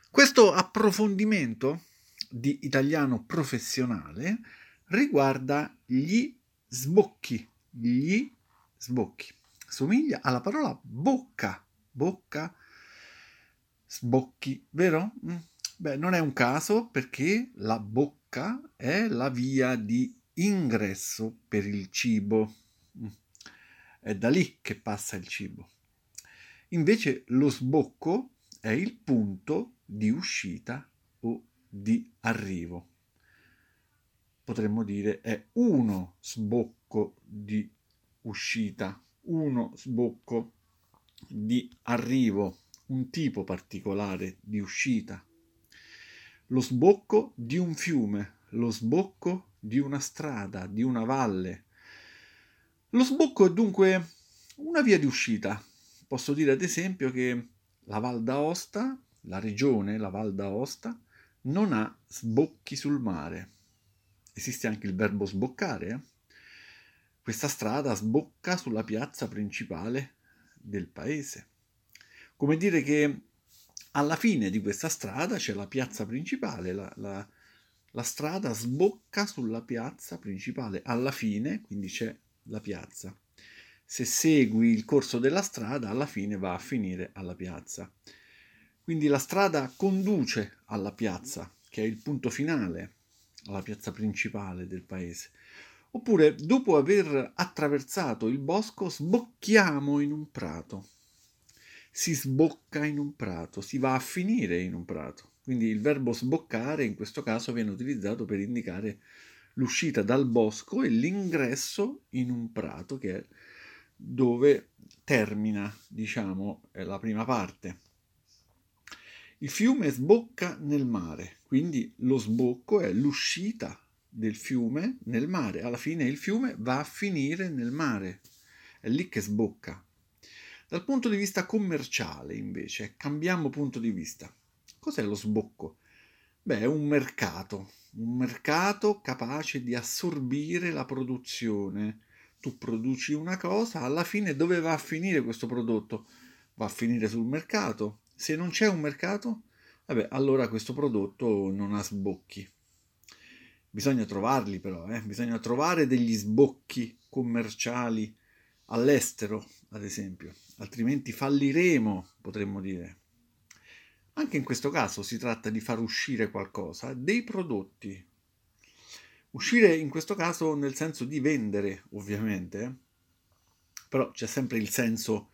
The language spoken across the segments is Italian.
Questo approfondimento di italiano professionale riguarda gli sbocchi. Gli sbocchi. Somiglia alla parola bocca. Bocca, sbocchi, vero? Beh, non è un caso perché la bocca è la via di ingresso per il cibo. È da lì che passa il cibo. Invece lo sbocco è il punto di uscita o di arrivo. Potremmo dire è uno sbocco di uscita, uno sbocco di arrivo, un tipo particolare di uscita. Lo sbocco di un fiume, lo sbocco di una strada, di una valle. Lo sbocco è dunque una via di uscita. Posso dire ad esempio che la Val d'Aosta, la regione, la Val d'Aosta, non ha sbocchi sul mare. Esiste anche il verbo sboccare. Questa strada sbocca sulla piazza principale del paese. Come dire che alla fine di questa strada c'è la piazza principale, la strada sbocca sulla piazza principale. Alla fine, quindi c'è la piazza. Se segui il corso della strada, alla fine va a finire alla piazza. Quindi la strada conduce alla piazza, che è il punto finale, alla piazza principale del paese. Oppure, dopo aver attraversato il bosco, sbocchiamo in un prato. Si sbocca in un prato, si va a finire in un prato. Quindi il verbo sboccare in questo caso viene utilizzato per indicare l'uscita dal bosco e l'ingresso in un prato, che è dove termina, diciamo, la prima parte. Il fiume sbocca nel mare, quindi lo sbocco è l'uscita del fiume nel mare. Alla fine il fiume va a finire nel mare, è lì che sbocca. Dal punto di vista commerciale, invece, cambiamo punto di vista. Cos'è lo sbocco? Beh, è un mercato capace di assorbire la produzione. Tu produci una cosa, alla fine dove va a finire questo prodotto? Va a finire sul mercato. Se non c'è un mercato, vabbè, allora questo prodotto non ha sbocchi. Bisogna trovarli però, bisogna trovare degli sbocchi commerciali all'estero, ad esempio, altrimenti falliremo, potremmo dire. Anche in questo caso si tratta di far uscire qualcosa, dei prodotti. Uscire in questo caso nel senso di vendere, ovviamente, però c'è sempre il senso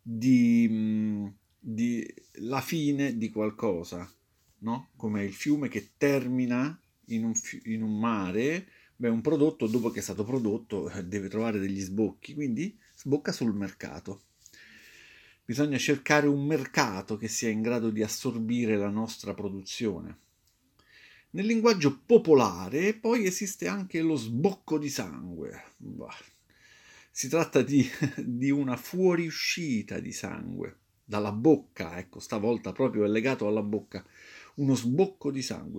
di la fine di qualcosa, no? Come il fiume che termina in un mare. Beh, un prodotto dopo che è stato prodotto deve trovare degli sbocchi, quindi sbocca sul mercato. Bisogna cercare un mercato che sia in grado di assorbire la nostra produzione. Nel linguaggio popolare poi esiste anche lo sbocco di sangue. Bah. Si tratta di una fuoriuscita di sangue dalla bocca, ecco, stavolta proprio è legato alla bocca, uno sbocco di sangue.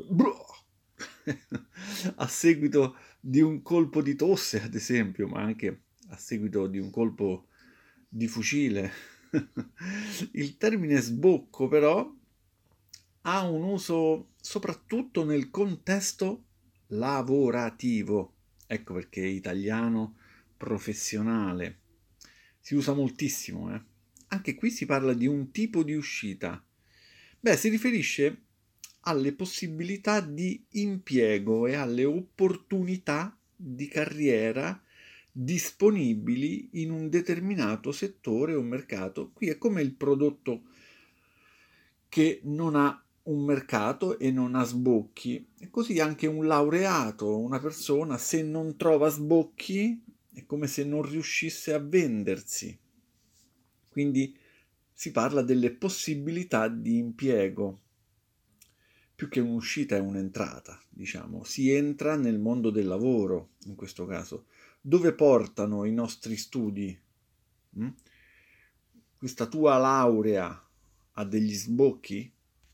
A seguito di un colpo di tosse, ad esempio, ma anche a seguito di un colpo di fucile. Il termine sbocco, però, ha un uso soprattutto nel contesto lavorativo. Ecco perché è italiano professionale. Si usa moltissimo, eh? Anche qui si parla di un tipo di uscita. Beh, si riferisce alle possibilità di impiego e alle opportunità di carriera disponibili in un determinato settore o mercato. Qui è come il prodotto che non ha un mercato e non ha sbocchi. E così anche un laureato, una persona, se non trova sbocchi, è come se non riuscisse a vendersi. Quindi si parla delle possibilità di impiego. Più che un'uscita è un'entrata, diciamo. Si entra nel mondo del lavoro, in questo caso. Dove portano i nostri studi? Mm? Questa tua laurea ha degli sbocchi?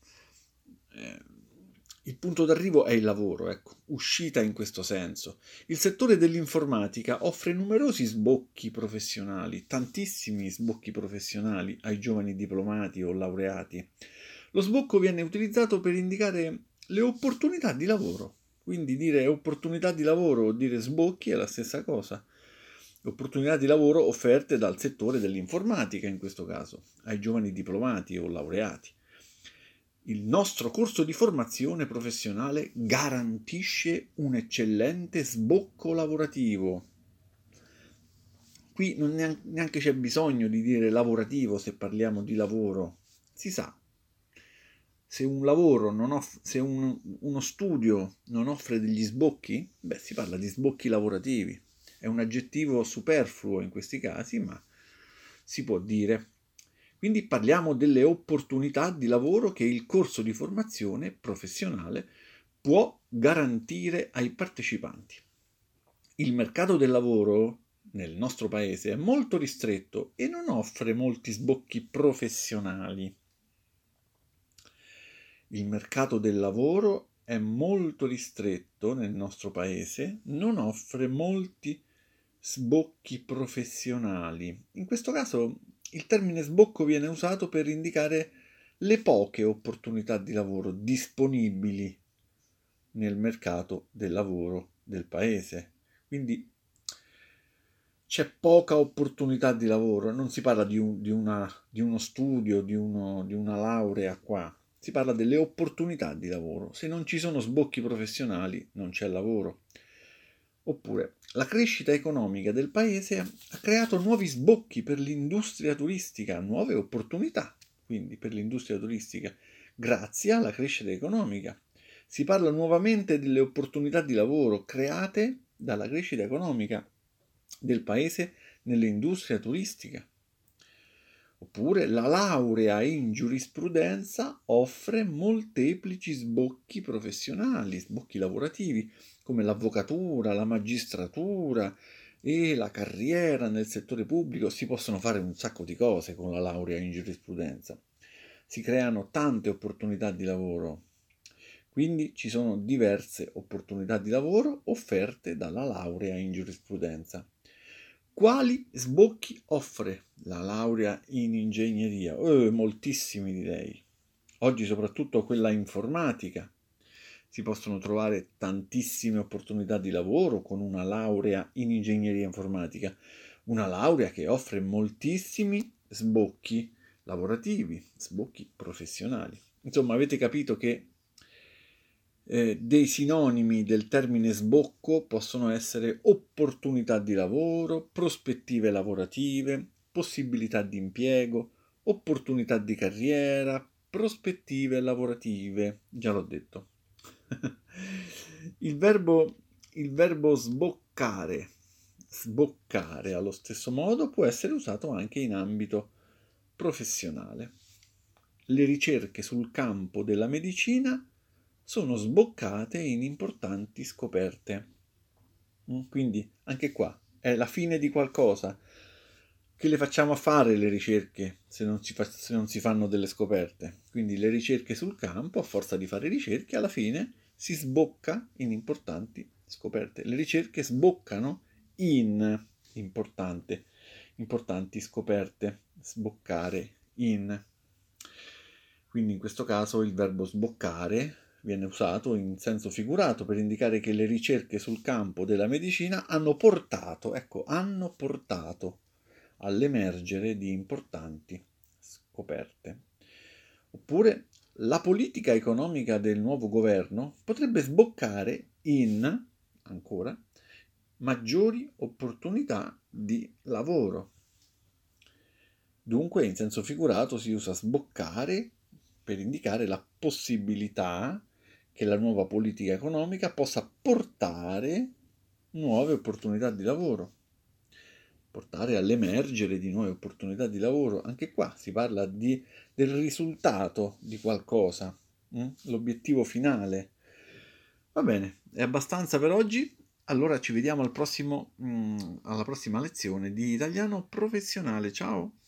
Il punto d'arrivo è il lavoro, ecco, uscita in questo senso. Il settore dell'informatica offre numerosi sbocchi professionali, tantissimi sbocchi professionali ai giovani diplomati o laureati. Lo sbocco viene utilizzato per indicare le opportunità di lavoro. Quindi dire opportunità di lavoro o dire sbocchi è la stessa cosa. Opportunità di lavoro offerte dal settore dell'informatica in questo caso, ai giovani diplomati o laureati. Il nostro corso di formazione professionale garantisce un eccellente sbocco lavorativo. Qui non neanche c'è bisogno di dire lavorativo se parliamo di lavoro. Si sa, se un lavoro se uno studio non offre degli sbocchi, beh, si parla di sbocchi lavorativi. È un aggettivo superfluo in questi casi, ma si può dire. Quindi parliamo delle opportunità di lavoro che il corso di formazione professionale può garantire ai partecipanti. Il mercato del lavoro nel nostro paese è molto ristretto e non offre molti sbocchi professionali. Il mercato del lavoro è molto ristretto nel nostro paese, non offre molti sbocchi professionali. In questo caso il termine sbocco viene usato per indicare le poche opportunità di lavoro disponibili nel mercato del lavoro del paese. Quindi c'è poca opportunità di lavoro, non si parla di uno studio, di una laurea qua, si parla delle opportunità di lavoro. Se non ci sono sbocchi professionali, non c'è lavoro. Oppure, la crescita economica del paese ha creato nuovi sbocchi per l'industria turistica, nuove opportunità, quindi per l'industria turistica, grazie alla crescita economica. Si parla nuovamente delle opportunità di lavoro create dalla crescita economica del paese nell'industria turistica. Oppure la laurea in giurisprudenza offre molteplici sbocchi professionali, sbocchi lavorativi, come l'avvocatura, la magistratura e la carriera nel settore pubblico. Si possono fare un sacco di cose con la laurea in giurisprudenza. Si creano tante opportunità di lavoro. Quindi ci sono diverse opportunità di lavoro offerte dalla laurea in giurisprudenza. Quali sbocchi offre la laurea in ingegneria? Moltissimi direi. Oggi soprattutto quella informatica. Si possono trovare tantissime opportunità di lavoro con una laurea in ingegneria informatica. Una laurea che offre moltissimi sbocchi lavorativi, sbocchi professionali. Insomma, avete capito che dei sinonimi del termine sbocco possono essere opportunità di lavoro, prospettive lavorative, possibilità di impiego, opportunità di carriera, prospettive lavorative. Già l'ho detto. il verbo sboccare allo stesso modo può essere usato anche in ambito professionale. Le ricerche sul campo della medicina sono sboccate in importanti scoperte. Quindi anche qua è la fine di qualcosa. Che le facciamo a fare le ricerche se non si fanno delle scoperte? Quindi le ricerche sul campo, a forza di fare ricerche, alla fine si sbocca in importanti scoperte. Le ricerche sboccano in importanti scoperte. Sboccare in. Quindi in questo caso il verbo sboccare viene usato in senso figurato per indicare che le ricerche sul campo della medicina hanno portato all'emergere di importanti scoperte. Oppure la politica economica del nuovo governo potrebbe sboccare in, ancora, maggiori opportunità di lavoro. Dunque, in senso figurato si usa sboccare per indicare la possibilità che la nuova politica economica possa portare nuove opportunità di lavoro, portare all'emergere di nuove opportunità di lavoro. Anche qua si parla del risultato di qualcosa, l'obiettivo finale. Va bene, è abbastanza per oggi. Allora ci vediamo alla prossima lezione di italiano professionale. Ciao!